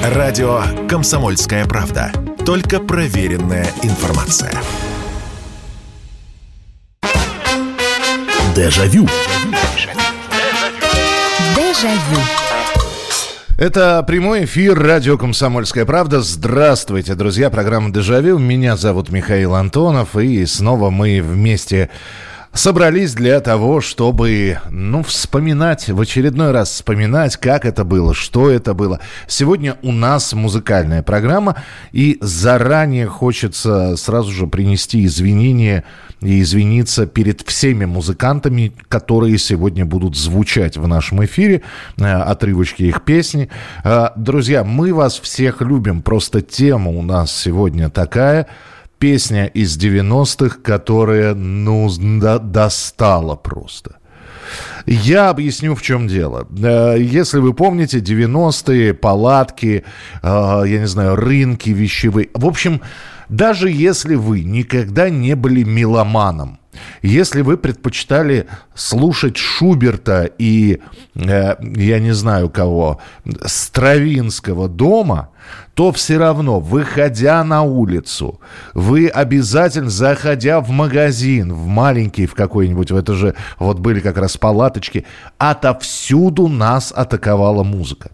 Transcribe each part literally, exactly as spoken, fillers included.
Радио «Комсомольская правда». Только проверенная информация. Дежавю. Дежавю. Это прямой эфир радио «Комсомольская правда». Здравствуйте, друзья. Программа «Дежавю». Меня зовут Михаил Антонов. И снова мы вместе собрались для того, чтобы, ну, вспоминать, в очередной раз вспоминать, как это было, что это было. Сегодня у нас музыкальная программа, и заранее хочется сразу же принести извинения и извиниться перед всеми музыкантами, которые сегодня будут звучать в нашем эфире, отрывочки их песни. Друзья, мы вас всех любим, просто тема у нас сегодня такая. Песня из девяностых, которая, ну, до- достала просто. Я объясню, в чем дело. Если вы помните, девяностые, палатки, я не знаю, рынки вещевые. В общем, даже если вы никогда не были меломаном, если вы предпочитали слушать Шуберта и, э, я не знаю кого, Стравинского дома, то все равно, выходя на улицу, вы обязательно, заходя в магазин, в маленький, в какой-нибудь, в это же, вот были как раз палаточки, отовсюду нас атаковала музыка.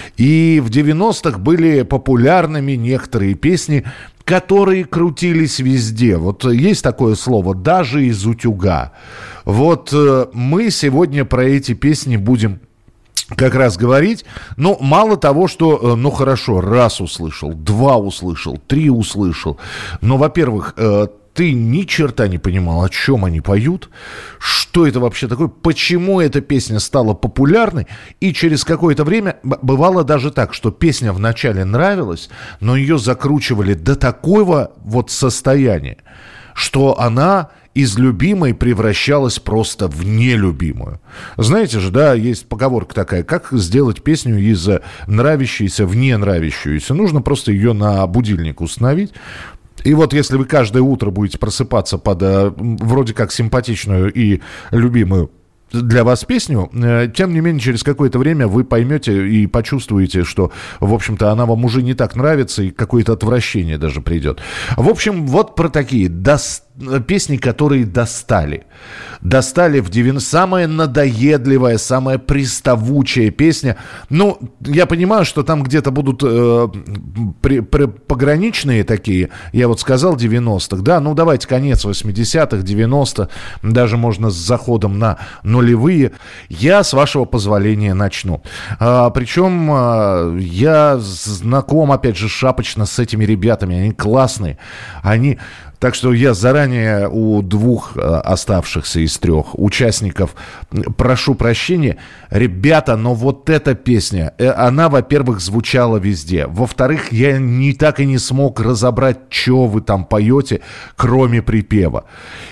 И в девяностых были популярными некоторые песни, которые крутились везде. Вот есть такое слово «даже из утюга». Вот э, мы сегодня про эти песни будем как раз говорить. Но мало того, что, э, ну хорошо, раз услышал, два услышал, три услышал. Но, во-первых, э, ты ни черта не понимал, о чем они поют, что это вообще такое, почему эта песня стала популярной. И через какое-то время бывало даже так, что песня вначале нравилась, но ее закручивали до такого вот состояния, что она из любимой превращалась просто в нелюбимую. Знаете же, да, есть поговорка такая, как сделать песню из нравящейся в ненравящуюся. Нужно просто ее на будильник установить. И вот если вы каждое утро будете просыпаться под э, вроде как симпатичную и любимую для вас песню, э, тем не менее, через какое-то время вы поймете и почувствуете, что, в общем-то, она вам уже не так нравится, и какое-то отвращение даже придет. В общем, вот про такие дос- песни, которые достали. Достали в девяностых. Самая надоедливая, самая приставучая песня. Ну, я понимаю, что там где-то будут э, при, при, пограничные такие. Я вот сказал девяностых. Да, ну давайте конец восьмидесятых, девяностых. Даже можно с заходом на нулевые. Я, с вашего позволения, начну. А, причем а, я знаком, опять же, шапочно с этими ребятами. Они классные. Они... Так что я заранее у двух оставшихся из трех участников прошу прощения. Ребята, но вот эта песня, она, во-первых, звучала везде. Во-вторых, я не так и не смог разобрать, что вы там поете, кроме припева.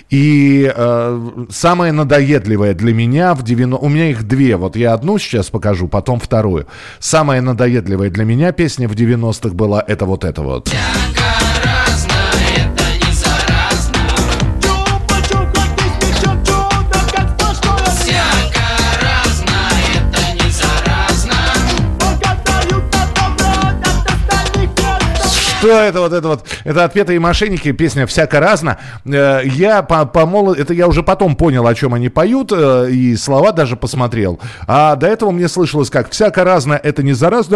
И э, самое надоедливое для меня в девяностых... У меня их две. Вот я одну сейчас покажу, потом вторую. Самая надоедливая для меня песня в девяностых была это вот это вот. Что это вот это вот? Это «Отпетые мошенники», песня «Всяко разно». Я по, по молод... Это я уже потом понял, о чем они поют, и слова даже посмотрел. А до этого мне слышалось как «Всяко разно, это не заразно».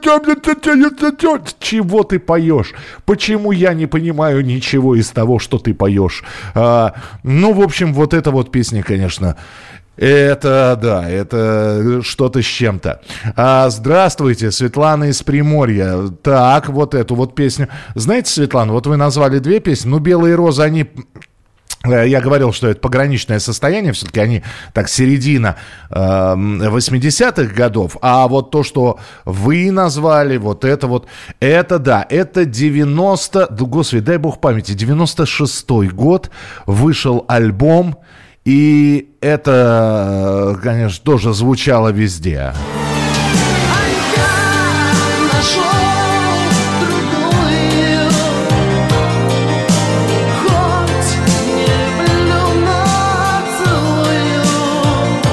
Чего ты поешь? Почему я не понимаю ничего из того, что ты поешь? А, ну, в общем, вот эта вот песня, конечно... Это, да, это что-то с чем-то. А, здравствуйте, Светлана из Приморья. Так, вот эту вот песню. Знаете, Светлана, вот вы назвали две песни. Ну, «Белые розы», они... Я говорил, что это пограничное состояние, все-таки они так середина э, восьмидесятых годов, а вот то, что вы назвали, вот это вот, это да, это девяносто, да, господи, дай бог памяти, девяносто шестой год вышел альбом, и это, конечно, тоже звучало везде.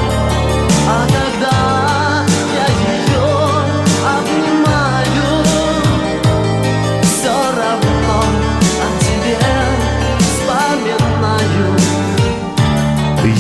А когда я ее обнимаю,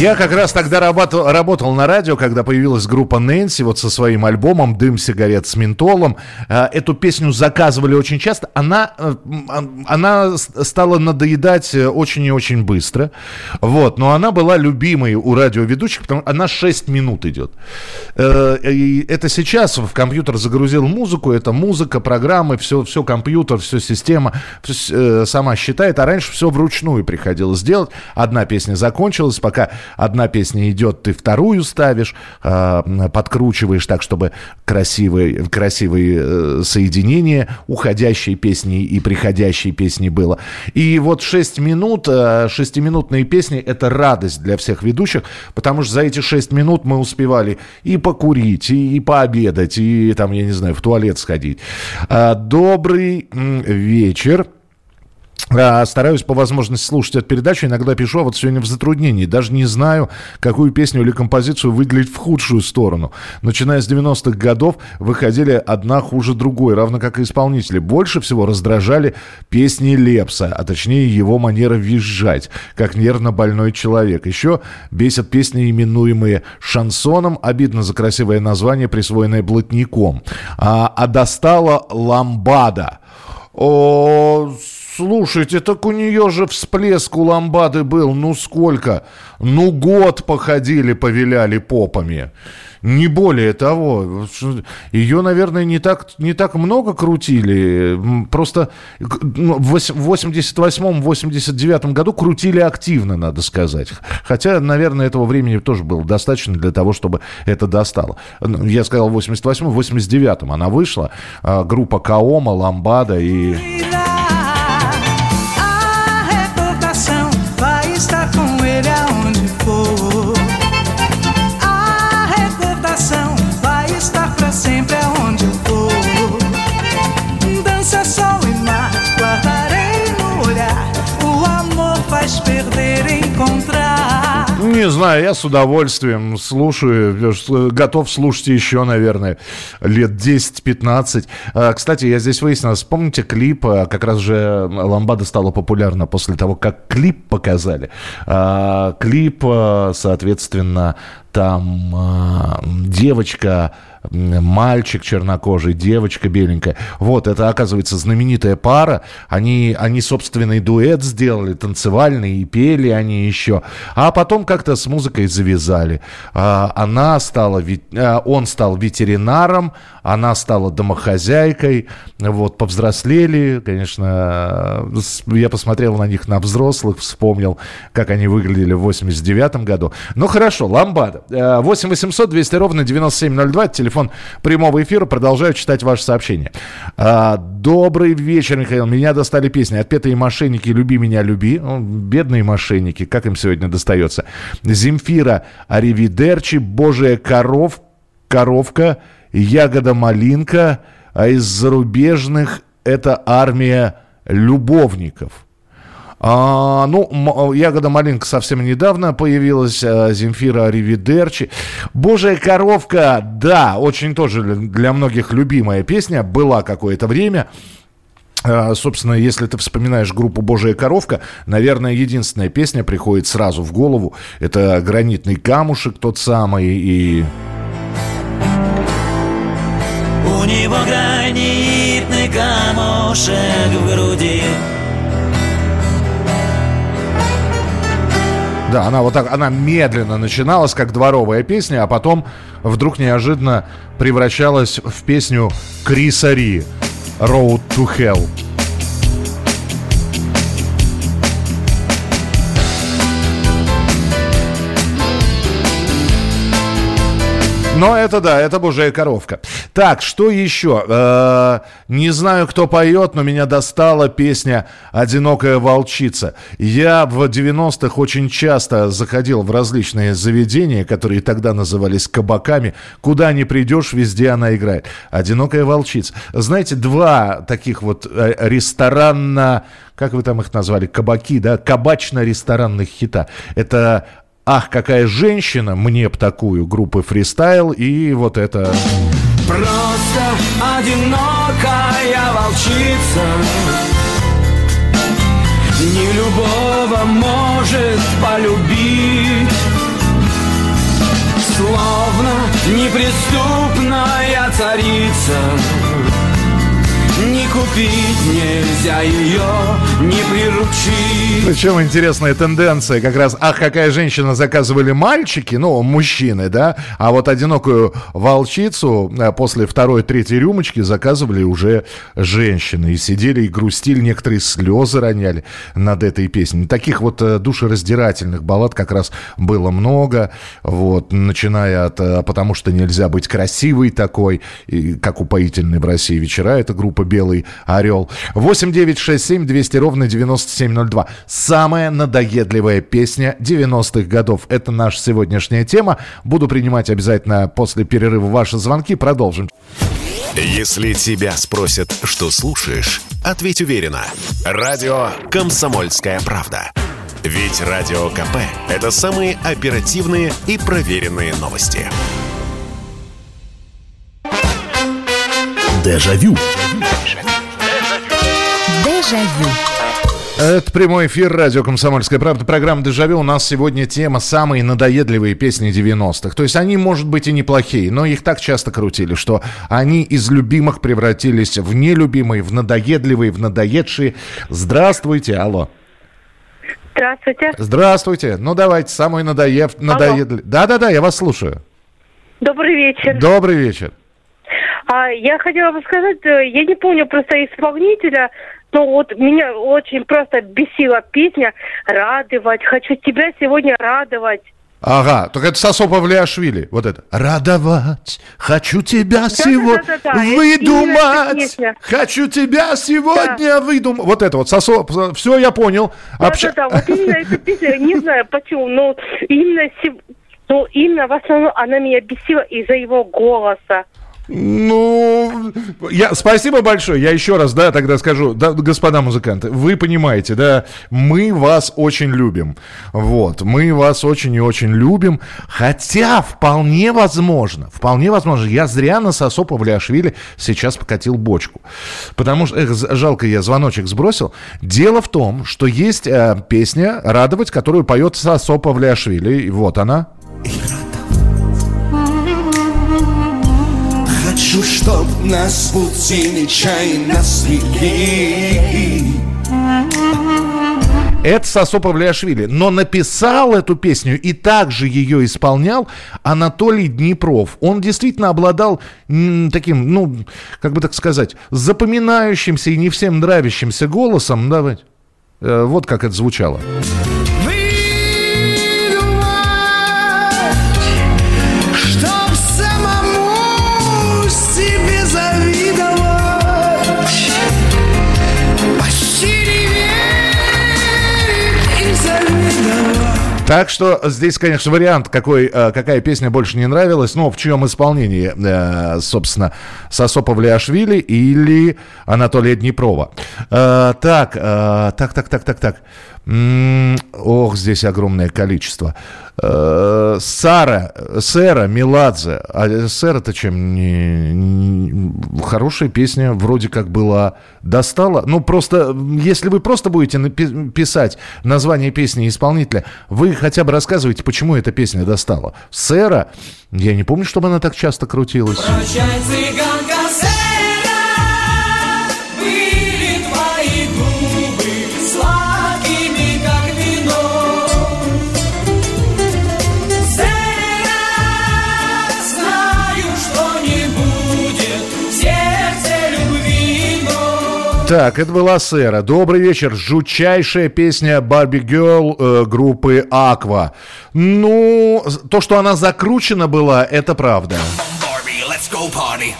Я как раз тогда работал, работал на радио, когда появилась группа Нэнси вот со своим альбомом «Дым сигарет с ментолом». Эту песню заказывали очень часто. Она, она стала надоедать очень и очень быстро. Вот. Но она была любимой у радиоведущих, потому что она шесть минут идет. И это сейчас в компьютер загрузил музыку. Это музыка, программы, все, все компьютер, все система все, сама считает. А раньше все вручную приходилось делать. Одна песня закончилась, пока одна песня идет, ты вторую ставишь, э, подкручиваешь так, чтобы красивые, красивые э, соединения уходящей песни и приходящей песни было. И вот шесть минут, э, шестиминутные песни — это радость для всех ведущих, потому что за эти шесть минут мы успевали и покурить, и, и пообедать, и там, я не знаю, в туалет сходить. Э, добрый м, вечер. Стараюсь по возможности слушать эту передачу. Иногда пишу, а вот сегодня в затруднении. Даже не знаю, какую песню или композицию выделить в худшую сторону. Начиная с девяностых годов выходили одна хуже другой, равно как и исполнители. Больше всего раздражали песни Лепса, а точнее его манера визжать, как нервно больной человек. Еще бесят песни, именуемые шансоном. Обидно за красивое название, присвоенное блатником. А, а достала ламбада. О, слушайте, так у нее же всплеск у ламбады был. Ну сколько? Ну год походили, повиляли попами. Не более того. Ее, наверное, не так, не так много крутили. Просто в восемьдесят восьмом - восемьдесят девятом году крутили активно, надо сказать. Хотя, наверное, этого времени тоже было достаточно для того, чтобы это достало. Я сказал в восемьдесят восьмом - восемьдесят девятом она вышла. Группа Каома, Ламбада и... Не знаю, я с удовольствием слушаю, готов слушать еще, наверное, лет десять-пятнадцать. Кстати, я здесь выяснил, помните клип, как раз же Ламбада стала популярна после того, как клип показали. Клип, соответственно, там девочка... мальчик чернокожий, девочка беленькая. Вот, это, оказывается, знаменитая пара. Они, они собственный дуэт сделали, танцевальный, и пели они еще. А потом как-то с музыкой завязали. Она стала, он стал ветеринаром, она стала домохозяйкой. Вот, повзрослели, конечно. Я посмотрел на них, на взрослых, вспомнил, как они выглядели в восемьдесят девятом году. Ну, хорошо, Ламбада. восемь восемьсот двести ровно девяносто семь ноль два, телефон прямого эфира. Продолжаю читать ваши сообщения. А, добрый вечер, Михаил. Меня достали песни «Отпетые мошенники», «Люби меня, люби». Ну, бедные мошенники, как им сегодня достается. Земфира, «Аривидерчи», «Божья коров», «Коровка», «Ягода малинка». А из зарубежных это «Армия любовников». А, ну, «Ягода малинка» совсем недавно появилась, а, Земфира, «Аривидерчи». «Божья коровка», да, очень тоже для многих любимая песня, была какое-то время. А, собственно, если ты вспоминаешь группу «Божья коровка», наверное, единственная песня приходит сразу в голову. Это «Гранитный камушек» тот самый и... У него гранитный камушек в груди. Да, она вот так, она медленно начиналась, как дворовая песня, а потом вдруг неожиданно превращалась в песню Криса Ри «Road to Hell». Но это да, это «Божья коровка». Так, что еще? Э-э- не знаю, кто поет, но меня достала песня «Одинокая волчица». Я в девяностых очень часто заходил в различные заведения, которые тогда назывались кабаками. Куда ни придешь, везде она играет. «Одинокая волчица». Знаете, два таких вот ресторанно... Как вы там их назвали? Кабаки, да? Кабачно-ресторанных хита. Это... «Ах, какая женщина, мне б такую», группы «Фристайл», и вот это... Просто одинокая волчица не любого может полюбить. словно неприступная царица. Не купить нельзя ее, не приручить. Причем интересная тенденция как раз. Ах, какая женщина, заказывали мальчики, ну, мужчины, да? А вот одинокую волчицу после второй, третьей рюмочки заказывали уже женщины. И сидели и грустили, некоторые слезы роняли над этой песней. Таких вот душераздирательных баллад как раз было много. Вот, начиная от «Потому что нельзя быть красивой такой», и, как упоительные в России вечера, это группа «Белый орел». восемь девять шесть семь двести ровно девяносто семь ноль два. Самая надоедливая песня девяностых годов. Это наша сегодняшняя тема. Буду принимать обязательно после перерыва ваши звонки. Продолжим. Если тебя спросят, что слушаешь, ответь уверенно. Радио «Комсомольская правда». Ведь Радио КП – это самые оперативные и проверенные новости. Дежавю. Дежавю. Это прямой эфир радио «Комсомольская правда». Программа «Дежавю». У нас сегодня тема «Самые надоедливые песни девяностых». То есть они, может быть, и неплохие, но их так часто крутили, что они из любимых превратились в нелюбимые, в надоедливые, в надоедшие. Здравствуйте, алло. Здравствуйте. Здравствуйте. Ну, давайте, самый надоев... надоедливый. Да-да-да, я вас слушаю. Добрый вечер. Добрый вечер. А, я хотела бы сказать, я не помню просто исполнителя, но вот меня очень просто бесила песня «Радовать». Хочу тебя сегодня радовать. Ага, только это Сосо Павлиашвили. Вот это. Радовать, хочу тебя да, сегодня да, да, да, да. выдумать. Хочу тебя сегодня да. выдумать. Вот это вот, Сосо, все, я понял. Да, Общ... да, да, вот именно эта песня, не знаю почему, но именно, но именно в основном она меня бесила из-за его голоса. Ну, я, спасибо большое. Я еще раз, да, тогда скажу, да, господа музыканты, вы понимаете, да, мы вас очень любим. Вот, мы вас очень и очень любим. Хотя, вполне возможно, вполне возможно, я зря на Сосо Павлиашвили сейчас покатил бочку. Потому что, эх, жалко, я звоночек сбросил. Дело в том, что есть э, песня «Радовать», которую поет Сосо Павлиашвили. И вот она. Хочу, чтоб нас пути нечаянно свели. Это Сосо Павлиашвили. Но написал эту песню и также ее исполнял Анатолий Днепров. Он действительно обладал м, таким, ну, как бы так сказать, запоминающимся и не всем нравящимся голосом. Давайте. Э, вот как это звучало. Так что здесь, конечно, вариант, какой, какая песня больше не нравилась, но в чьем исполнении, собственно, Сосо Павлиашвили или Анатолия Днепрова. Так, так, так, так, так, так. Ох, здесь огромное количество. Сара, Сэра, Меладзе. А Сэра-то чем не, не... Хорошая песня вроде как была. Достала. Ну, просто, если вы просто будете напи- писать название песни и исполнителя, вы хотя бы рассказываете, почему эта песня достала. Сэра, я не помню, чтобы она так часто крутилась. Прощай, цыганка, Сэра, были твои губы сладкими, как вино. Сэра, знаю, что не будет в сердце любви, но... Так, это была Сэра. Добрый вечер. Жутчайшая песня Барби Герл э, группы Aqua. Ну, то, что она закручена была, это правда. Barbie, let's go party.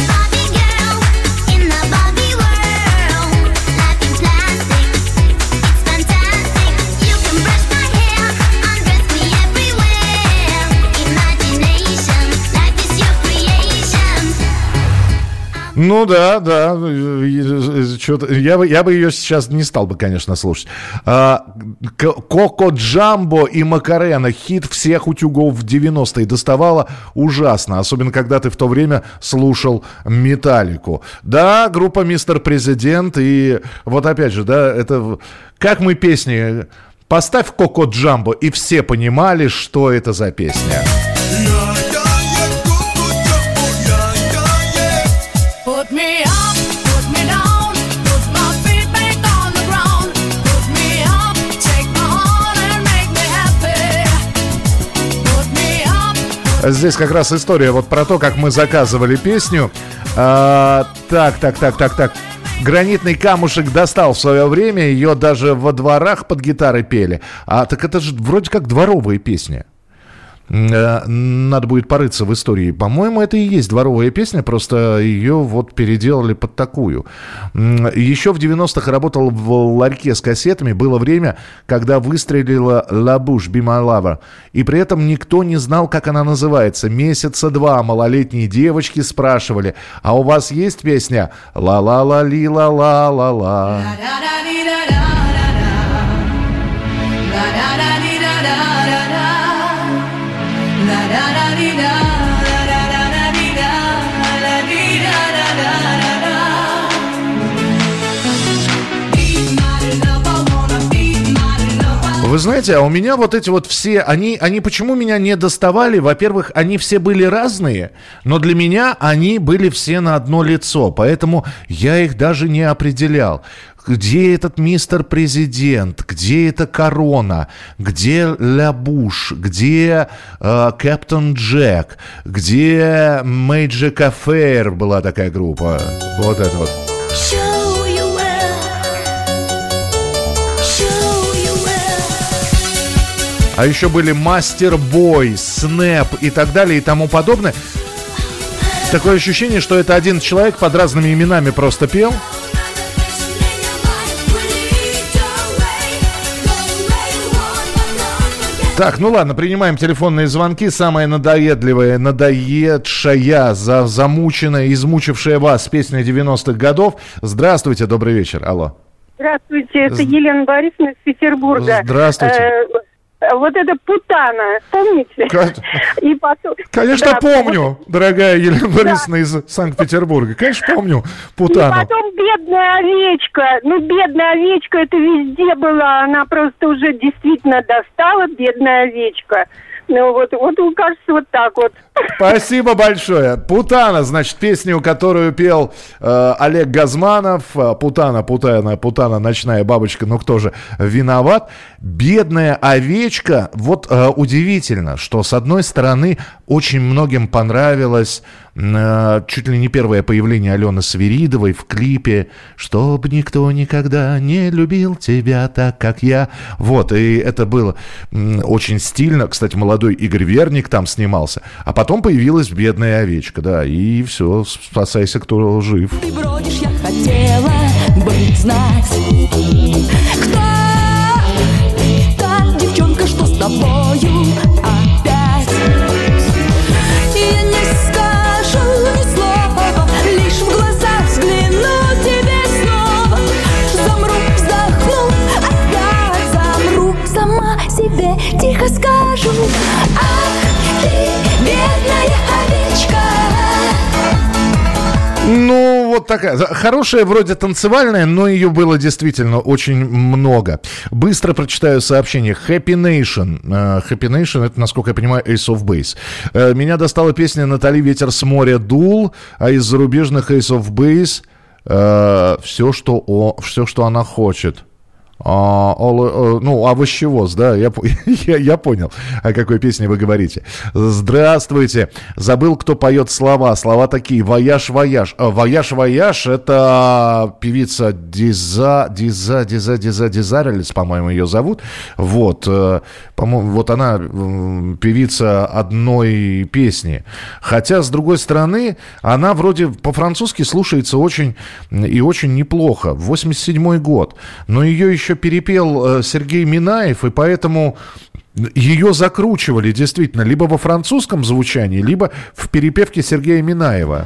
Ну да, да, что-то, я бы, я бы ее сейчас не стал бы, конечно, слушать. А, Коко Джамбо и Макарена, хит всех утюгов в девяностые, доставала ужасно, особенно когда ты в то время слушал Металлику. Да, группа Мистер Президент, и вот опять же, да, это как мы песни, поставь Коко Джамбо, и все понимали, что это за песня. Put me up, put me down, put my feet back on the ground. Put me up, take my heart and make me happy. Put me up. Здесь как раз история вот про то, как мы заказывали песню. А, так, так, так, так, так. Гранитный камушек достал в свое время, ее даже во дворах под гитары пели. А так это же вроде как дворовая песня. Надо будет порыться в истории. По-моему, это и есть дворовая песня, просто ее вот переделали под такую. Еще в девяностых работал в ларьке с кассетами. Было время, когда выстрелила «La Bouche Be My Lover». И при этом никто не знал, как она называется. Месяца два малолетние девочки спрашивали: а у вас есть песня «Ла-ла-ла-ли-ла-ла-ла-ла»? Вы знаете, а у меня вот эти вот все, они, они почему меня не доставали? Во-первых, они все были разные, но для меня они были все на одно лицо, поэтому я их даже не определял. Где этот мистер Президент? Где эта Корона? Где Ля Буш? Где э, Кэптон Джек? Где Мэйджик Аффэйр была такая группа? Вот это вот. А еще были Мастер Бой, Снэп и так далее и тому подобное. Такое ощущение, что это один человек под разными именами просто пел. Так, ну ладно, принимаем телефонные звонки. Самая надоедливая, надоедшая, за, замученная, измучившая вас песня девяностых годов. Здравствуйте, добрый вечер. Алло. Здравствуйте, это Елена Борисовна из Петербурга. Здравствуйте. Э, вот это «Путана», помните? Как... И потом... Конечно, да, помню, вот... дорогая Елена Борисовна, да, из Санкт-Петербурга. Конечно, помню «Путану». И потом «Бедная овечка». Ну, «Бедная овечка» это везде была. Она просто уже действительно достала, «Бедная овечка». Ну, вот, вот, кажется, вот так вот. Спасибо большое. «Путана», значит, песню, которую пел э, Олег Газманов. «Путана, путана, путана, ночная бабочка, ну кто же виноват?» «Бедная овечка». Вот э, удивительно, что, с одной стороны, очень многим понравилось э, чуть ли не первое появление Алены Свиридовой в клипе «Чтоб никто никогда не любил тебя так, как я». Вот, и это было э, очень стильно. Кстати, молодой Игорь Верник там снимался. А потом появилась «Бедная овечка», да, и все, спасайся, кто жив. Ты бродишь, я хотела бы знать, кто та девчонка, что с тобою опять. Я не скажу ни слова, лишь в глаза взгляну тебе снова. Замру, вздохну, опять замру, сама себе тихо скажу: ах, ты бедная овечка. Ну, вот такая. Хорошая, вроде танцевальная, но ее было действительно очень много. Быстро прочитаю сообщение. Happy Nation. Happy Nation, это, насколько я понимаю, Ace of Base. Меня достала песня Натали «Ветер с моря дул», а из зарубежных Ace of Base все, что, о, все, что она хочет. А, all, ну, овощевоз, да, я, я, я понял, о какой песне вы говорите. Здравствуйте. Забыл, кто поет слова. Слова такие: «Вояж, вояж». «Вояж, вояж» — это певица Диза, Диза, Диза, Диза, Дизарелис, по-моему, ее зовут. Вот, по-моему, вот она певица одной песни. Хотя, с другой стороны, она вроде по-французски слушается очень и очень неплохо. восемьдесят седьмой год. Но ее еще перепел Сергей Минаев, и поэтому ее закручивали действительно либо во французском звучании, либо в перепевке Сергея Минаева.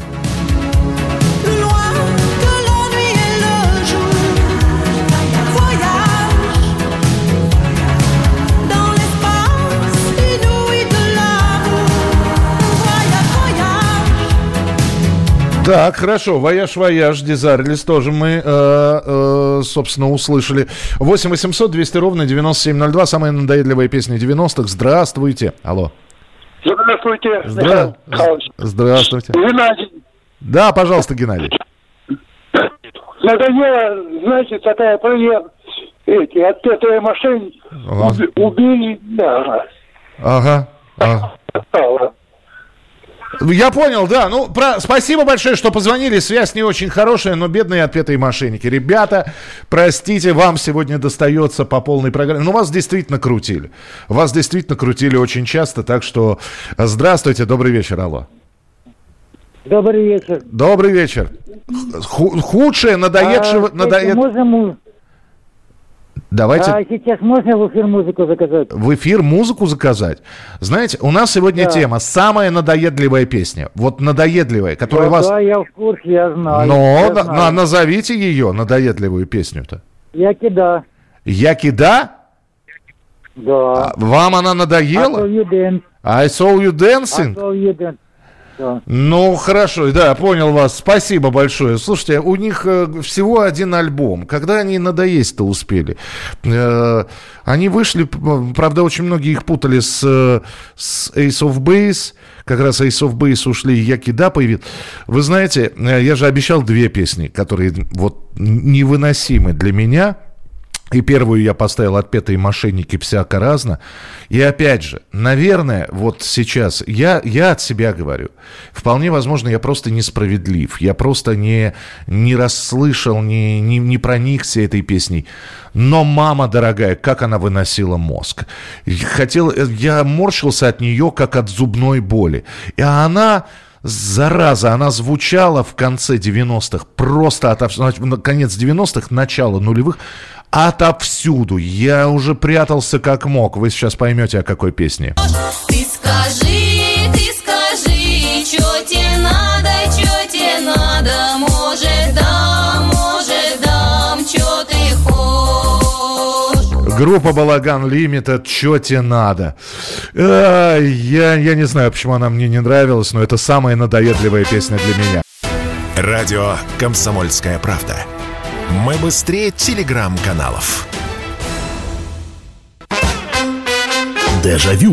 Так, хорошо. «Вояж, вояж», Дизарелис тоже мы, э, э, собственно, услышали. восемь восемьсот двести ровно девяносто семь ноль два. Самая надоедливая песня девяностых. Здравствуйте. Алло. Здравствуйте. Здра... Здравствуйте. Геннадий. Да, пожалуйста, Геннадий. Надоело, знаете, такая проблема. Эти отпетые мошенники Ага. уби- убили, да. Ага. ага. Я понял, да. Ну, про... спасибо большое, что позвонили. Связь не очень хорошая, но бедные отпетые мошенники. Ребята, простите, вам сегодня достается по полной программе. Но вас действительно крутили. Вас действительно крутили очень часто, так что здравствуйте, добрый вечер, алло. Добрый вечер. Добрый вечер. Ху- худшее, надоедшего... А, надоед- можно му- Давайте... а сейчас можно в эфир музыку заказать? В эфир музыку заказать. Знаете, у нас сегодня Да. тема «Самая надоедливая песня». Вот надоедливая, которая Да, вас... да, я в курсе, я знаю. Но я на- знаю. на- назовите ее, надоедливую песню-то. Я кида. Якида? Да. Вам она I saw надоела? you dance. I saw you I dancing? saw you dance. Да. Ну, хорошо, да, понял вас. Спасибо большое. Слушайте, у них э, всего один альбом. Когда они надоесть-то успели? Э, они вышли, п- правда, очень многие их путали с, э, с Ace of Base. Как раз Ace of Base ушли, и Якида появилась. Вы знаете, э, я же обещал две песни, которые вот невыносимы для меня. И первую я поставил «Отпетые мошенники» всяко разно. И опять же, наверное, вот сейчас, я, я от себя говорю, вполне возможно, я просто несправедлив, я просто не, не расслышал, не, не, не проникся этой песней. Но, мама дорогая, как она выносила мозг. Хотел, я морщился от нее, как от зубной боли. И она... Зараза, она звучала в конце девяностых, просто от, конец девяностых, начало нулевых, отовсюду. Я уже прятался как мог. Вы сейчас поймете, о какой песне. Ты скажи, ты скажи, чё тебе надо, чё тебе надо, может дам, может дам, чё ты хочешь. Группа «Балаган Лимитед», «Чё тебе надо». А, я, я не знаю, почему она мне не нравилась, но это самая надоедливая песня для меня. Радио «Комсомольская правда». Мы быстрее телеграм-каналов. Дежавю.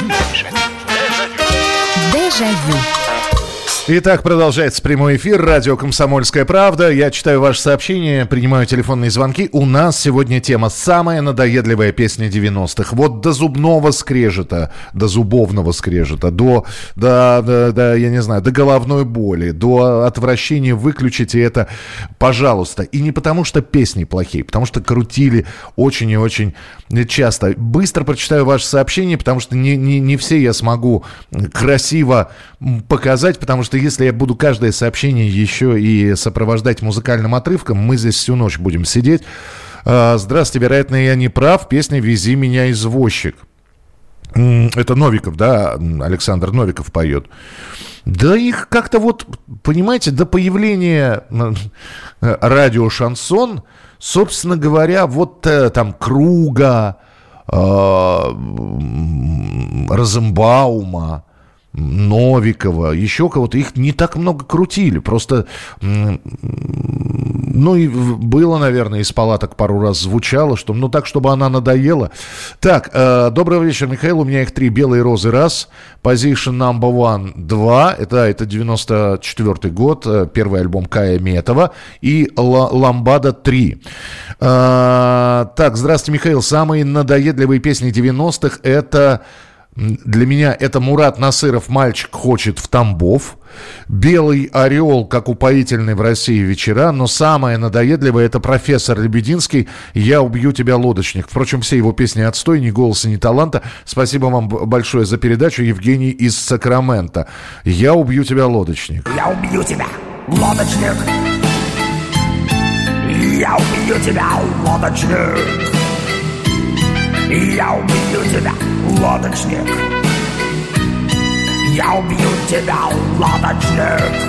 Дежавю. Итак, продолжается прямой эфир. Радио «Комсомольская правда». Я читаю ваши сообщения, принимаю телефонные звонки. У нас сегодня тема «Самая надоедливая песня девяностых». Вот до зубного скрежета, до зубовного скрежета, до, до, до, до, я не знаю, до головной боли, до отвращения выключите это, пожалуйста. И не потому, что песни плохие, потому что крутили очень и очень часто. Быстро прочитаю ваши сообщения, потому что не, не, не все я смогу красиво показать, потому что если я буду каждое сообщение еще и сопровождать музыкальным отрывком, мы здесь всю ночь будем сидеть. Здравствуйте, вероятно, я не прав. Песня «Вези меня, извозчик». Это Новиков, да, Александр Новиков поет. Да их как-то вот, понимаете, до появления радио «Шансон», собственно говоря, вот там Круга, Розенбаума, Новикова, еще кого-то, их не так много крутили, просто, ну, и было, наверное, из палаток пару раз звучало, что, ну, так, чтобы она надоела. Так, э, добрый вечер, Михаил, у меня их три: «Белые розы» — раз, «Position Number One» — два, это, это девяносто четвёртый год, первый альбом Кая Метова, и «Ламбада» — три. Э, так, здравствуйте, Михаил, самые надоедливые песни девяностых — это... Для меня это Мурат Насыров «Мальчик хочет в Тамбов», «Белый орел», как упоительный в России вечера, но самое надоедливое — это профессор Лебединский «Я убью тебя, лодочник». Впрочем, все его песни отстой, ни голоса, ни таланта. Спасибо вам большое за передачу. Евгений из Сакрамента. «Я убью тебя, лодочник». Я убью тебя, лодочник. Я убью тебя, лодочник. Я убью тебя, лодочник. Я убью тебя, лодочник.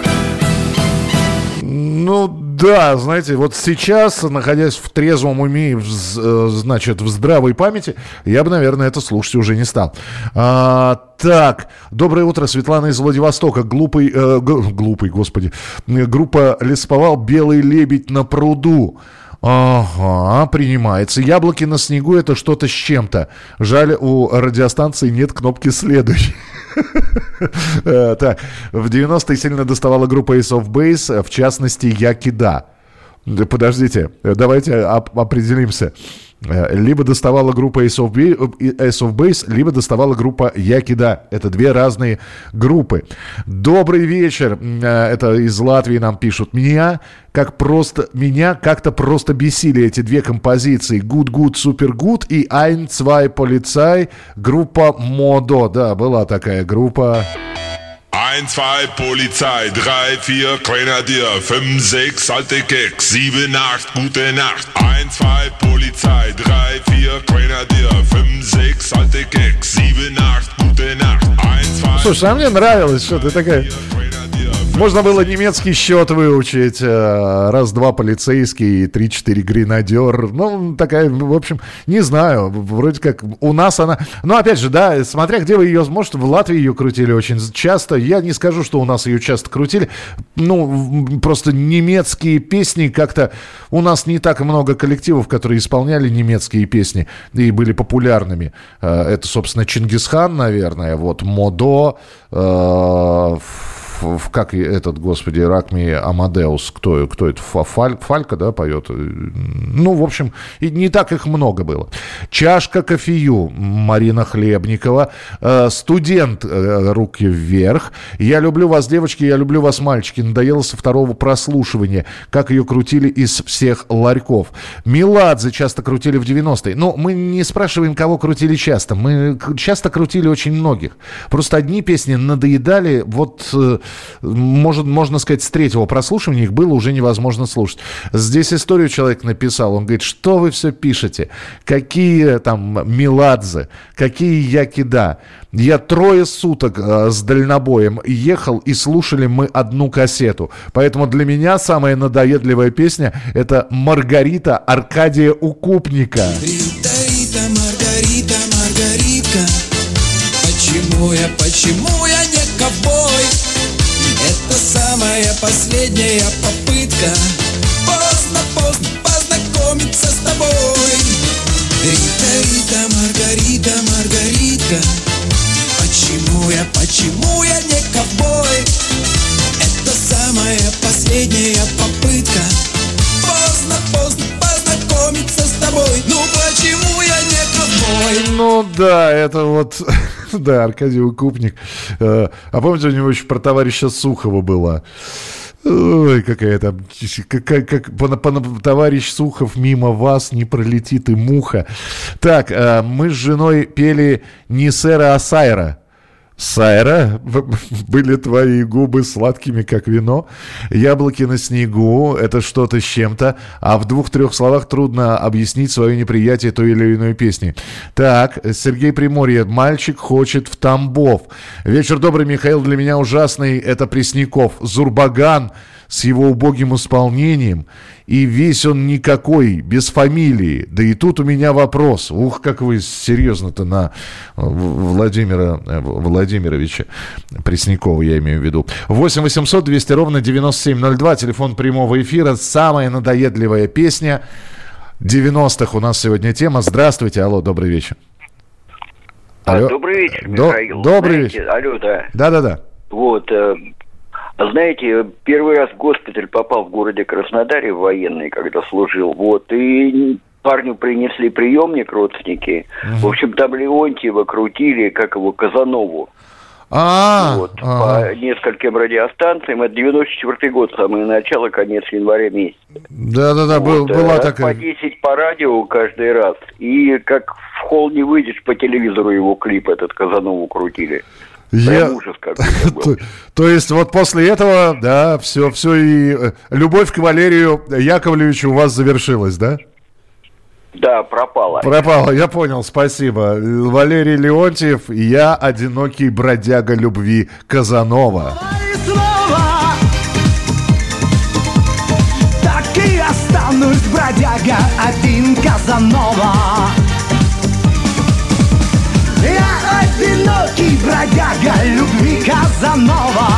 Ну да, знаете, вот сейчас, находясь в трезвом уме, в, значит, в здравой памяти, я бы, наверное, это слушать уже не стал. А, так, доброе утро, Светлана из Владивостока. Глупый, э, г- глупый, господи. Группа «Лесповал», «Белый лебедь на пруду». Ага, принимается. «Яблоки на снегу» — это что-то с чем-то. Жаль, у радиостанции нет кнопки «Следующий». Так, в девяностые сильно доставала группа Ace of Base, в частности, Якида. Подождите, давайте определимся. Либо доставала группа Ace of Base, либо доставала группа Якида. Это две разные группы. Добрый вечер. Это из Латвии нам пишут. Меня, как просто, меня как-то просто бесили эти две композиции. Good Good Super Good и Ein Zwei Polizei. Группа Модо. Да, была такая группа. Ein, zwei, Polizei, drei, vier, Grenadier, fünf, sechs, alte Keks, sieben, acht, gute Nacht. Ein, zwei, Polizei, drei, vier, Grenadier, fünf, sechs, alte Keks, sieben, acht, gute Nacht. Ein, zwei, слушай, а мне нравилось, что ты такая... Можно было немецкий счет выучить. Раз-два полицейский, три-четыре гренадер. Ну, такая, в общем, не знаю. Вроде как у нас она... Ну, опять же, да, смотря где вы ее... Может, в Латвии ее крутили очень часто. Я не скажу, что у нас ее часто крутили. Ну, просто немецкие песни как-то... У нас не так много коллективов, которые исполняли немецкие песни и были популярными. Это, собственно, Чингисхан, наверное. Вот, Модо... В, как этот, господи, Ракми Амадеус, кто, кто это, Фаль, Фалька, да, поет? Ну, в общем, и не так их много было. Чашка кофею, Марина Хлебникова. Э, студент, э, руки вверх. Я люблю вас, девочки, я люблю вас, мальчики. Надоело со второго прослушивания, как ее крутили из всех ларьков. Меладзе часто крутили в девяностые. Но мы не спрашиваем, кого крутили часто. Мы часто крутили очень многих. Просто одни песни надоедали, вот... Может, можно сказать, с третьего прослушивания их было уже невозможно слушать. Здесь историю человек написал. Он говорит, что вы все пишете? Какие там Меладзе? Какие Якида? Я трое суток э, с дальнобоем ехал, и слушали мы одну кассету. Поэтому для меня самая надоедливая песня — это «Маргарита» Аркадия Укупника. Рита, Рита, Маргарита, Маргарита. Почему я, почему я не ковбой? Это самая последняя попытка поздно, поздно познакомиться с тобой. Рита, Рита, Маргарита, Маргарита. Почему я, почему я не ковбой? Это самая последняя попытка поздно, поздно познакомиться с тобой. Ну почему я не ковбой? Ну да, это вот... Да, Аркадий Укупник. А помните, у него еще про товарища Сухова была? Ой, какая там... Как, как, как, товарищ Сухов, мимо вас не пролетит и муха. Так, мы с женой пели не сэра, а сайра. Сайра, были твои губы сладкими, как вино. Яблоки на снегу, это что-то с чем-то. А в двух-трех словах трудно объяснить свое неприятие той или иной песни. Так, Сергей Приморье. Мальчик хочет в Тамбов. Вечер добрый, Михаил. Для меня ужасный это Пресняков. Зурбаган с его убогим исполнением. И весь он никакой, без фамилии. Да и тут у меня вопрос. Ух, как вы серьезно-то на Владимира Владимировича Преснякова, я имею в виду. восемь восемьсот двести ровно девяносто семь ноль два. Телефон прямого эфира. Самая надоедливая песня девяностых у нас сегодня тема. Здравствуйте. Алло, добрый вечер. Алло. Добрый вечер, Михаил. До- добрый Знаете, вечер. Алло, да. Да-да-да. Вот, э, знаете, первый раз в госпиталь попал в городе Краснодаре, военный, когда служил, вот, и парню принесли приемник родственники. Uh-huh. В общем, там Леонтьева крутили, как его, Казанову. А, вот, по нескольким радиостанциям. Это девяносто четвёртый год, самое начало, конец января месяца. Да-да-да, вот, была раз такая. По десять по радио каждый раз. И как в холл не выйдешь, по телевизору его клип этот Казанову крутили. Я... Ужас какой-то был. то, то есть вот после этого, да, все, все и любовь к Валерию Яковлевичу у вас завершилась, да? Да, пропала. Пропала, я понял, спасибо. Валерий Леонтьев, я одинокий бродяга любви, Казанова. Так и останусь бродяга один, Казанова. Я одинокий бродяга любви, Казанова.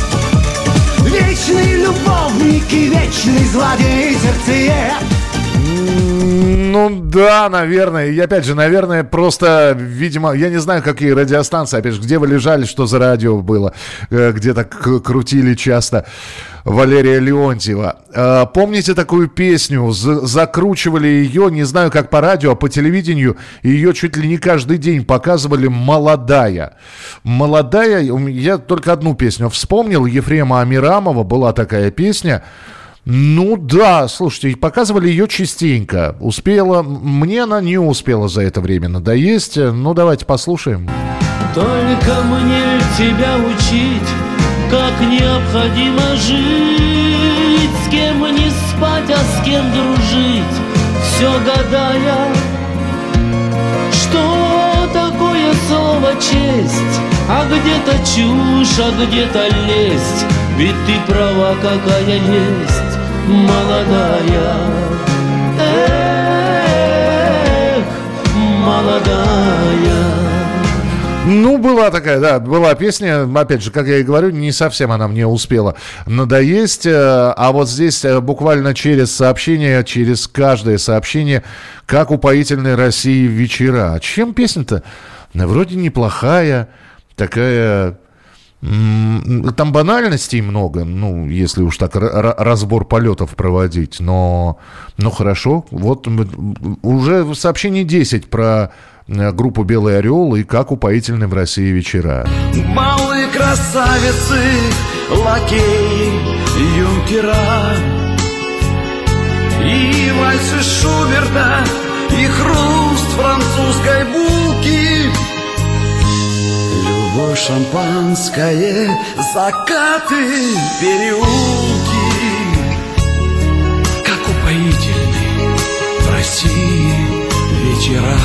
Вечный любовник и вечный злодей сердцеед. Ну да, наверное. И опять же, наверное, просто, видимо, я не знаю, какие радиостанции, опять же, где вы лежали, что за радио было, где-то к- крутили часто Валерия Леонтьева. Помните такую песню? З- закручивали ее, не знаю, как по радио, а по телевидению. Ее чуть ли не каждый день показывали «Молодая». «Молодая», я только одну песню вспомнил. Ефрема Амирамова была такая песня. Ну да, слушайте, показывали ее частенько. Успела, мне она не успела за это время надоесть. Ну давайте послушаем. Только мне тебя учить, как необходимо жить, с кем не спать, а с кем дружить, все гадая, что такое слово честь, а где-то чушь, а где-то лесть, ведь ты права, какая есть, молодая, эх, молодая. Ну, была такая, да, была песня, опять же, как я и говорю, не совсем она мне успела надоесть, а вот здесь буквально через сообщение, через каждое сообщение, как упоительной России вечера. Чем песня-то? Вроде неплохая, такая... Там банальностей много, ну, если уж так р- разбор полетов проводить, но, но хорошо. Вот уже в сообщении десять про группу «Белый орел» и как упоительны в России вечера. Малые красавицы, лакеи, юнкера, и вальсы Шуберта, и хруст французской булки. Любовь, шампанское, закаты, переулки. Как упоительны в России вечера.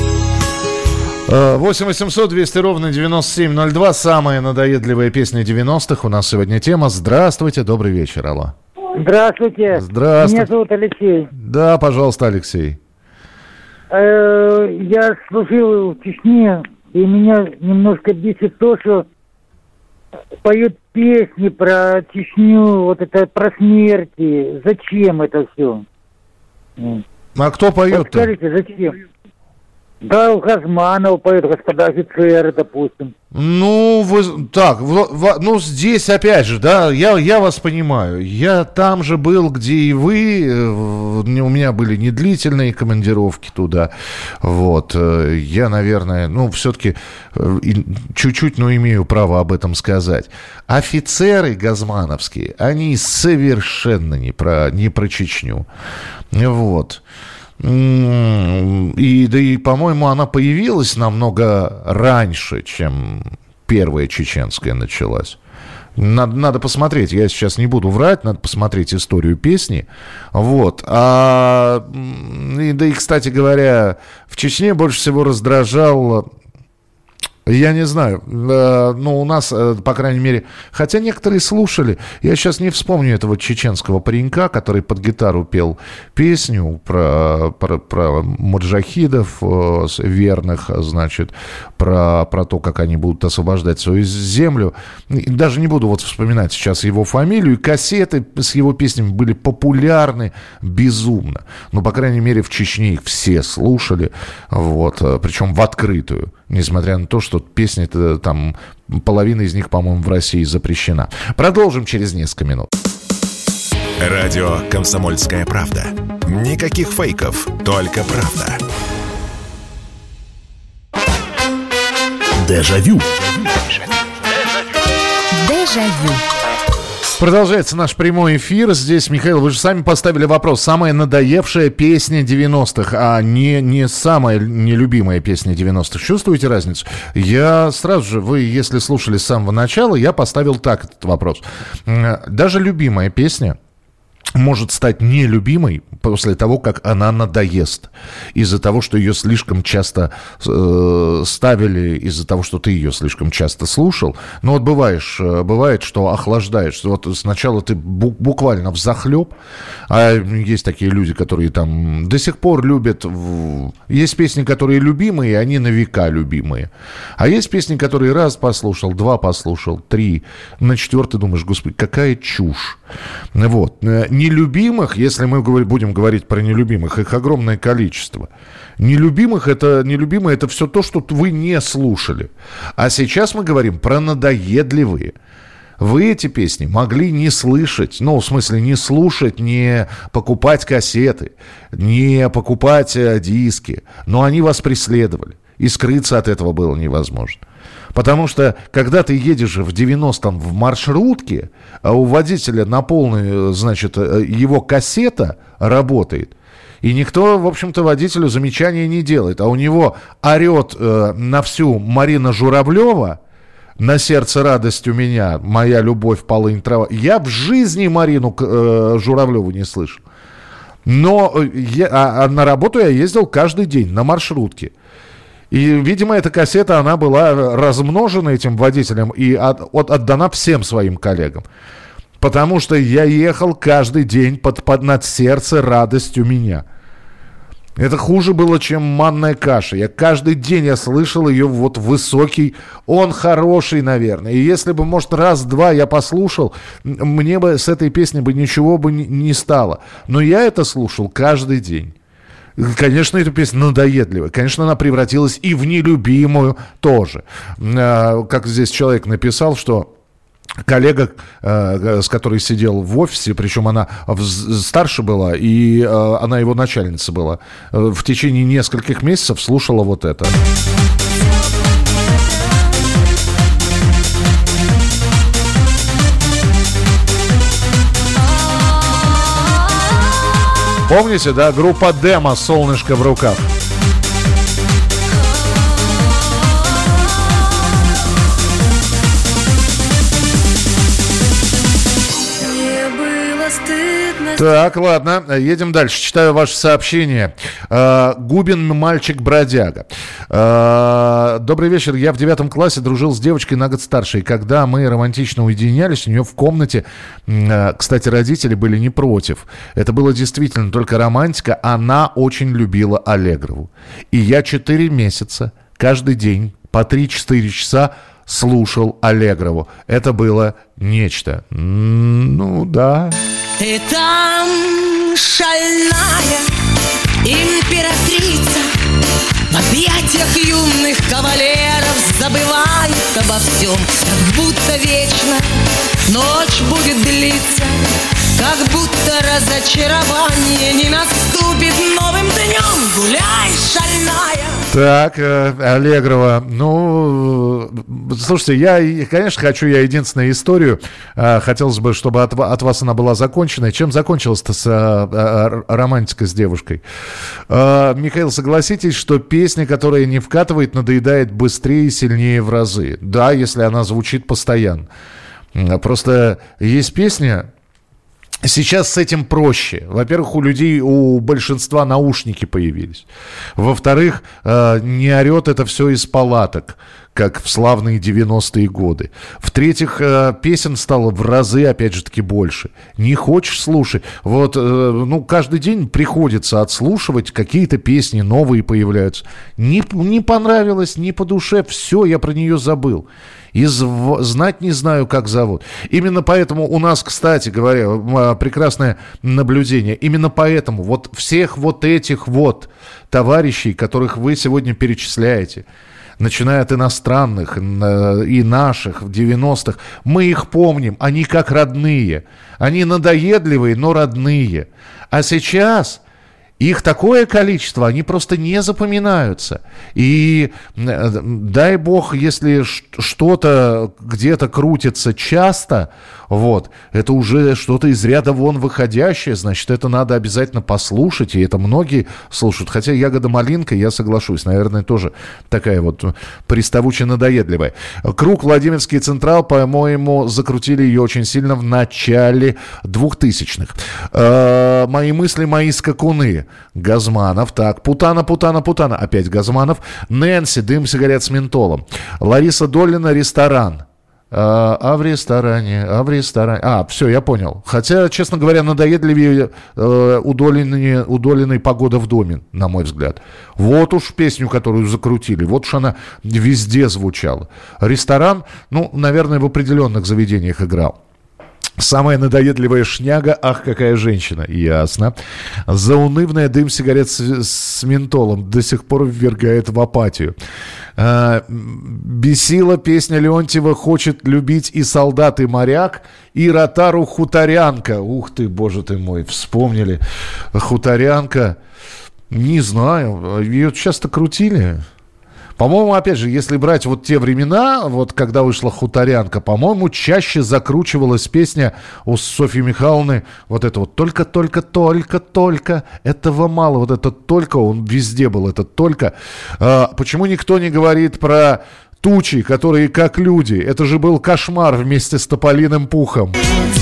восемь восемьсот двести ровно девяносто семь ноль два. Самая надоедливая песня девяностых. У нас сегодня тема. Здравствуйте, добрый вечер, алло. Здравствуйте. Здравствуйте. Меня зовут Алексей. Да, пожалуйста, Алексей. Э, Я служил в Чечне, и меня немножко бесит то, что поют песни про Чечню, вот это про смерти. Зачем это все? А кто поет-то? Скажите, зачем? Да, у Газманова поют господа офицеры, допустим. Ну, вы, так, в, в, ну, здесь опять же, да, я, я вас понимаю. Я там же был, где и вы. У меня были недлительные командировки туда. Вот. Я, наверное, ну, все-таки чуть-чуть, но имею право об этом сказать. Офицеры газмановские, они совершенно не про, не про Чечню. Вот. И, да и, по-моему, она появилась намного раньше, чем первая чеченская началась. Надо, надо посмотреть, я сейчас не буду врать, надо посмотреть историю песни. Вот. А, и, да и, кстати говоря, в Чечне больше всего раздражал... Я не знаю, э, ну, у нас, э, по крайней мере, хотя некоторые слушали, я сейчас не вспомню этого чеченского паренька, который под гитару пел песню про, про, про маджахидов э, верных, значит, про, про то, как они будут освобождать свою землю. И даже не буду вот вспоминать сейчас его фамилию. Кассеты с его песнями были популярны безумно. Ну, по крайней мере, в Чечне их все слушали, вот, причем в открытую. Несмотря на то, что песни, там, половина из них, по-моему, в России запрещена. Продолжим через несколько минут. Радио «Комсомольская правда». Никаких фейков, только правда. Дежавю. Дежавю. Продолжается наш прямой эфир. Здесь, Михаил, вы же сами поставили вопрос. Самая надоевшая песня девяностых, а не, не самая нелюбимая песня девяностых. Чувствуете разницу? Я сразу же, вы, если слушали с самого начала, я поставил так этот вопрос. Даже любимая песня может стать нелюбимой после того, как она надоест. Из-за того, что ее слишком часто э, ставили, из-за того, что ты ее слишком часто слушал. Но вот бываешь, бывает, что охлаждаешь. Вот сначала ты бу- буквально взахлеб, а есть такие люди, которые там до сих пор любят... Есть песни, которые любимые, они на века любимые. А есть песни, которые раз послушал, два послушал, три. На четвертый думаешь, господи, какая чушь. Вот. Нелюбимых, если мы будем говорить про нелюбимых, их огромное количество. Нелюбимых это, нелюбимые это все то, что вы не слушали. А сейчас мы говорим про надоедливые. Вы эти песни могли не слышать, ну, в смысле, не слушать, не покупать кассеты, не покупать э, диски, но они вас преследовали, и скрыться от этого было невозможно. Потому что, когда ты едешь в девяностом в маршрутке, а у водителя на полную, значит, его кассета работает, и никто, в общем-то, водителю замечания не делает, а у него орет э, на всю Марина Журавлева, «На сердце радость у меня, моя любовь, полынь, трава». Я в жизни Марину э, Журавлеву не слышал. Но я, а, а на работу я ездил каждый день на маршрутке. И, видимо, эта кассета, она была размножена этим водителем и от, от, отдана всем своим коллегам. Потому что я ехал каждый день под, под «Над сердце радость у меня». Это хуже было, чем манная каша. Я каждый день я слышал ее вот высокий, он хороший, наверное. И если бы, может, раз-два я послушал, мне бы с этой песней бы ничего бы не стало. Но я это слушал каждый день. Конечно, эта песня надоедливая. Конечно, она превратилась и в нелюбимую тоже. Как здесь человек написал, что... Коллега, э, с которой сидел в офисе, причем она в, старше была, и э, она его начальница была, э, в течение нескольких месяцев слушала вот это. Помните, да, группа Демо «Солнышко в руках». Так, ладно, едем дальше. Читаю ваше сообщение. Э, Губин мальчик-бродяга. Э, Добрый вечер. Я в девятом классе дружил с девочкой на год старше. И когда мы романтично уединялись, у нее в комнате, э, кстати, родители были не против. Это было действительно только романтика. Она очень любила Аллегрову. И я четыре месяца каждый день по три-четыре часа слушал Аллегрову. Это было нечто. Ну, да... Ты там шальная императрица, в объятиях юных кавалеров забывает обо всем, как будто вечно ночь будет длиться, как будто разочарование не наступит новым днем. Гуляй, шальная. Так, э, Аллегрова, ну, слушайте, я, конечно, хочу я единственную историю, э, хотелось бы, чтобы от, от вас она была закончена. Чем закончилась-то с, э, романтика с девушкой? Э, Михаил, согласитесь, что песня, которая не вкатывает, надоедает быстрее и сильнее в разы? Да, если она звучит постоянно. Просто есть песня... Сейчас с этим проще. Во-первых, у людей, у большинства наушники появились. Во-вторых, э, не орет это все из палаток, как в славные девяностые годы. В-третьих, э, песен стало в разы, опять же таки, больше. Не хочешь слушать? Вот, э, ну, каждый день приходится отслушивать, какие-то песни новые появляются. Не, не понравилось, не по душе, все, я про нее забыл. И зв... знать не знаю, как зовут. Именно поэтому у нас, кстати говоря, прекрасное наблюдение. Именно поэтому вот всех вот этих вот товарищей, которых вы сегодня перечисляете, начиная от иностранных и наших в девяностых, мы их помним, они как родные. Они надоедливые, но родные. А сейчас... Их такое количество, они просто не запоминаются. И дай бог, если что-то где-то крутится часто, вот, это уже что-то из ряда вон выходящее, значит, это надо обязательно послушать, и это многие слушают. Хотя «Ягода малинка», я соглашусь, наверное, тоже такая вот приставуче надоедливая. «Круг», Владимирский Централ, по-моему, закрутили ее очень сильно в начале двухтысячных. Э-э, «Мои мысли, мои скакуны». Газманов, так, Путана, Путана, Путана, опять Газманов. Нэнси, «Дым сигарет с ментолом». Лариса Долина, «Ресторан». А, а в ресторане, а в ресторане. А, все, я понял. Хотя, честно говоря, надоедливее э, удоленные, удоленной «Погода в доме», на мой взгляд. Вот уж песню, которую закрутили, вот уж она везде звучала. «Ресторан», ну, наверное, в определенных заведениях играл. Самая надоедливая шняга, ах, какая женщина. Ясно. Заунывная дым сигарет с, с ментолом до сих пор ввергает в апатию. А, бесила песня Леонтьева «Хочет любить и солдат, и моряк», и Ротару «Хуторянка». Ух ты, боже ты мой, вспомнили. «Хуторянка». Не знаю, ее часто крутили. По-моему, опять же, если брать вот те времена, вот когда вышла «Хуторянка», по-моему, чаще закручивалась песня у Софьи Михайловны, вот это вот «Только-только-только-только», этого мало, вот это «только», он везде был, это «только». А, почему никто не говорит про тучи, которые как люди? Это же был кошмар вместе с Тополиным пухом.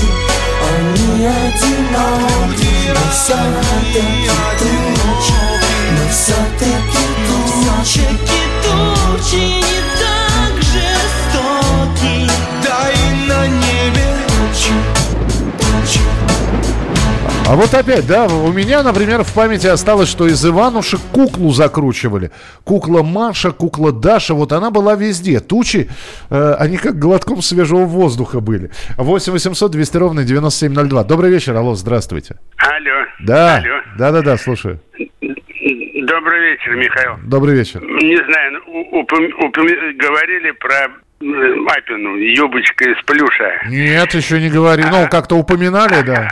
Они одиноки, но все-таки тучи, но все-таки тучи. Тучи не так жестоки, да и на небе тучи, тучи. А вот опять, да, у меня, например, в памяти осталось, что из Иванушек куклу закручивали. Кукла Маша, кукла Даша, вот она была везде. Тучи, э, они как глотком свежего воздуха были. восемь восемьсот двести ровно девяносто семь ноль два. Добрый вечер, алло, здравствуйте. Алло. Да, Алло. да-да-да, слушаю. Добрый вечер, Михаил. Добрый вечер. Не знаю, упом- упом- говорили про Апину, юбочка из плюша. Нет, еще не говорили. Ну, как-то упоминали, да.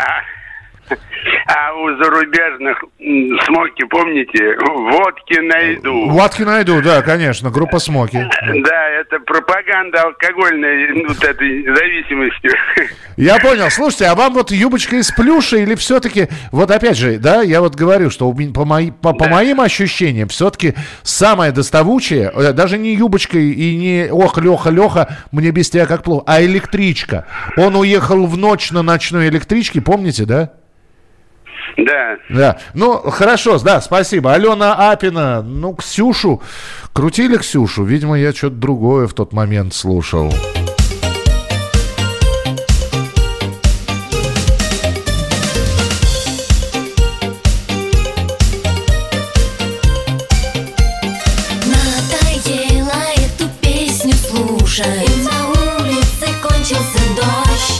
А у зарубежных Смоки, помните, водки найду. Водки найду, да, конечно, группа Смоки. Да, это пропаганда алкогольной вот этой зависимостью. Я понял. Слушайте, а вам вот юбочка из плюша или все-таки, вот опять же, да, я вот говорю, что по, мои, по, по моим ощущениям, все-таки самое доставучее, даже не юбочка и не ох, Леха, Леха, мне без тебя как плохо, а электричка. Он уехал в ночь на ночной электричке, помните, да? Да. Да. Ну, хорошо, да, спасибо. Алена Апина, ну, Ксюшу. Крутили Ксюшу. Видимо, я что-то другое в тот момент слушал. Надоело эту песню слушать. На улице кончился дождь.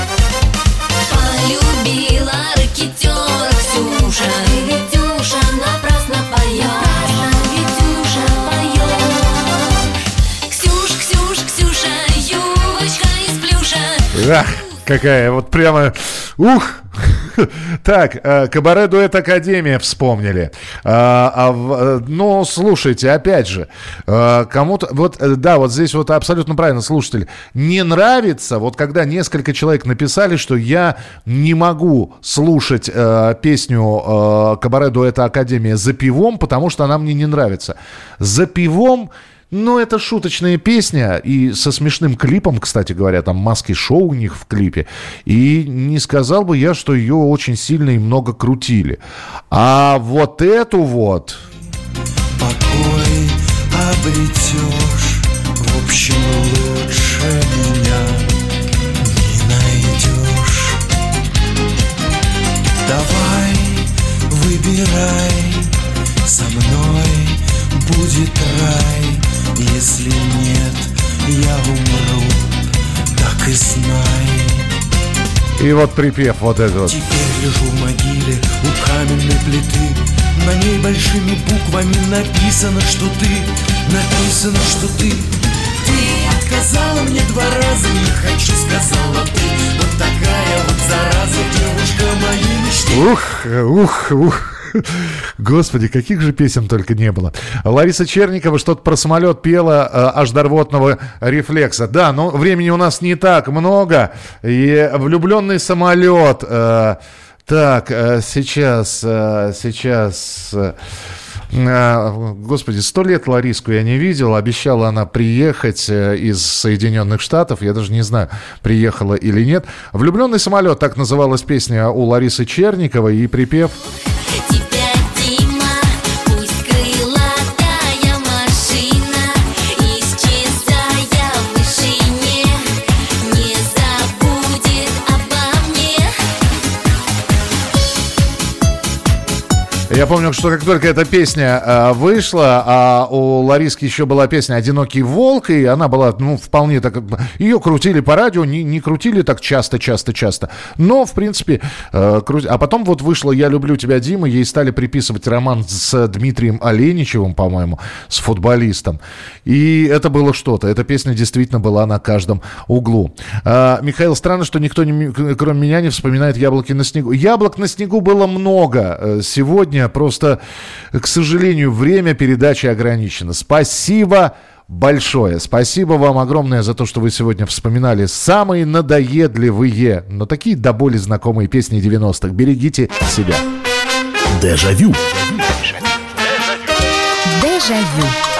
Полюбила рэкетера Ксюша. И Витюша напрасно поет. Витюша поет. Ксюш, Ксюш, Ксюша, юбочка из плюша. Ах, какая вот прямо... Ух! Так, кабаре-дуэт «Академия» вспомнили. А, а, ну, слушайте, опять же, кому-то... Вот, да, вот здесь вот абсолютно правильно, слушатели. Не нравится, вот когда несколько человек написали, что я не могу слушать э, песню э, кабаре-дуэта «Академия» за пивом, потому что она мне не нравится. За пивом... Ну, это шуточная песня, и со смешным клипом, кстати говоря, там маски-шоу у них в клипе. И не сказал бы я, что ее очень сильно и много крутили. А вот эту вот... Покой обретешь, в общем, лучше меня не найдешь. Давай, выбирай, со мной будет рай. Если нет, я умру, так и знай. И вот припев вот этот вот. Теперь лежу в могиле у каменной плиты. На ней большими буквами написано, что ты, написано, что ты. Ты отказала мне два раза, не хочу, сказала ты. Вот такая вот зараза, девушка моей мечты. Ух, ух, ух. Господи, каких же песен только не было. Лариса Черникова что-то про самолет пела, э, аж до рвотного рефлекса. Да, но времени у нас не так много. И влюбленный самолет. Э, так, э, сейчас, э, сейчас... Э, Господи, сто лет Лариску я не видел. Обещала она приехать из Соединенных Штатов. Я даже не знаю, приехала или нет. «Влюбленный самолет», так называлась песня у Ларисы Черниковой. И припев... Я помню, что как только эта песня э, вышла, а у Лариски еще была песня «Одинокий волк», и она была, ну, вполне так... Ее крутили по радио, не, не крутили так часто-часто-часто, но, в принципе, э, крути... А потом вот вышла «Я люблю тебя, Дима», ей стали приписывать роман с Дмитрием Оленичевым, по-моему, с футболистом. И это было что-то. Эта песня действительно была на каждом углу. Э, Михаил, странно, что никто, не, кроме меня, не вспоминает «Яблоки на снегу». Яблок на снегу было много э, сегодня. Просто, к сожалению, время передачи ограничено. Спасибо большое. Спасибо вам огромное за то, что вы сегодня вспоминали самые надоедливые, но такие до боли знакомые песни девяностых. Берегите себя. Дежавю. Дежавю.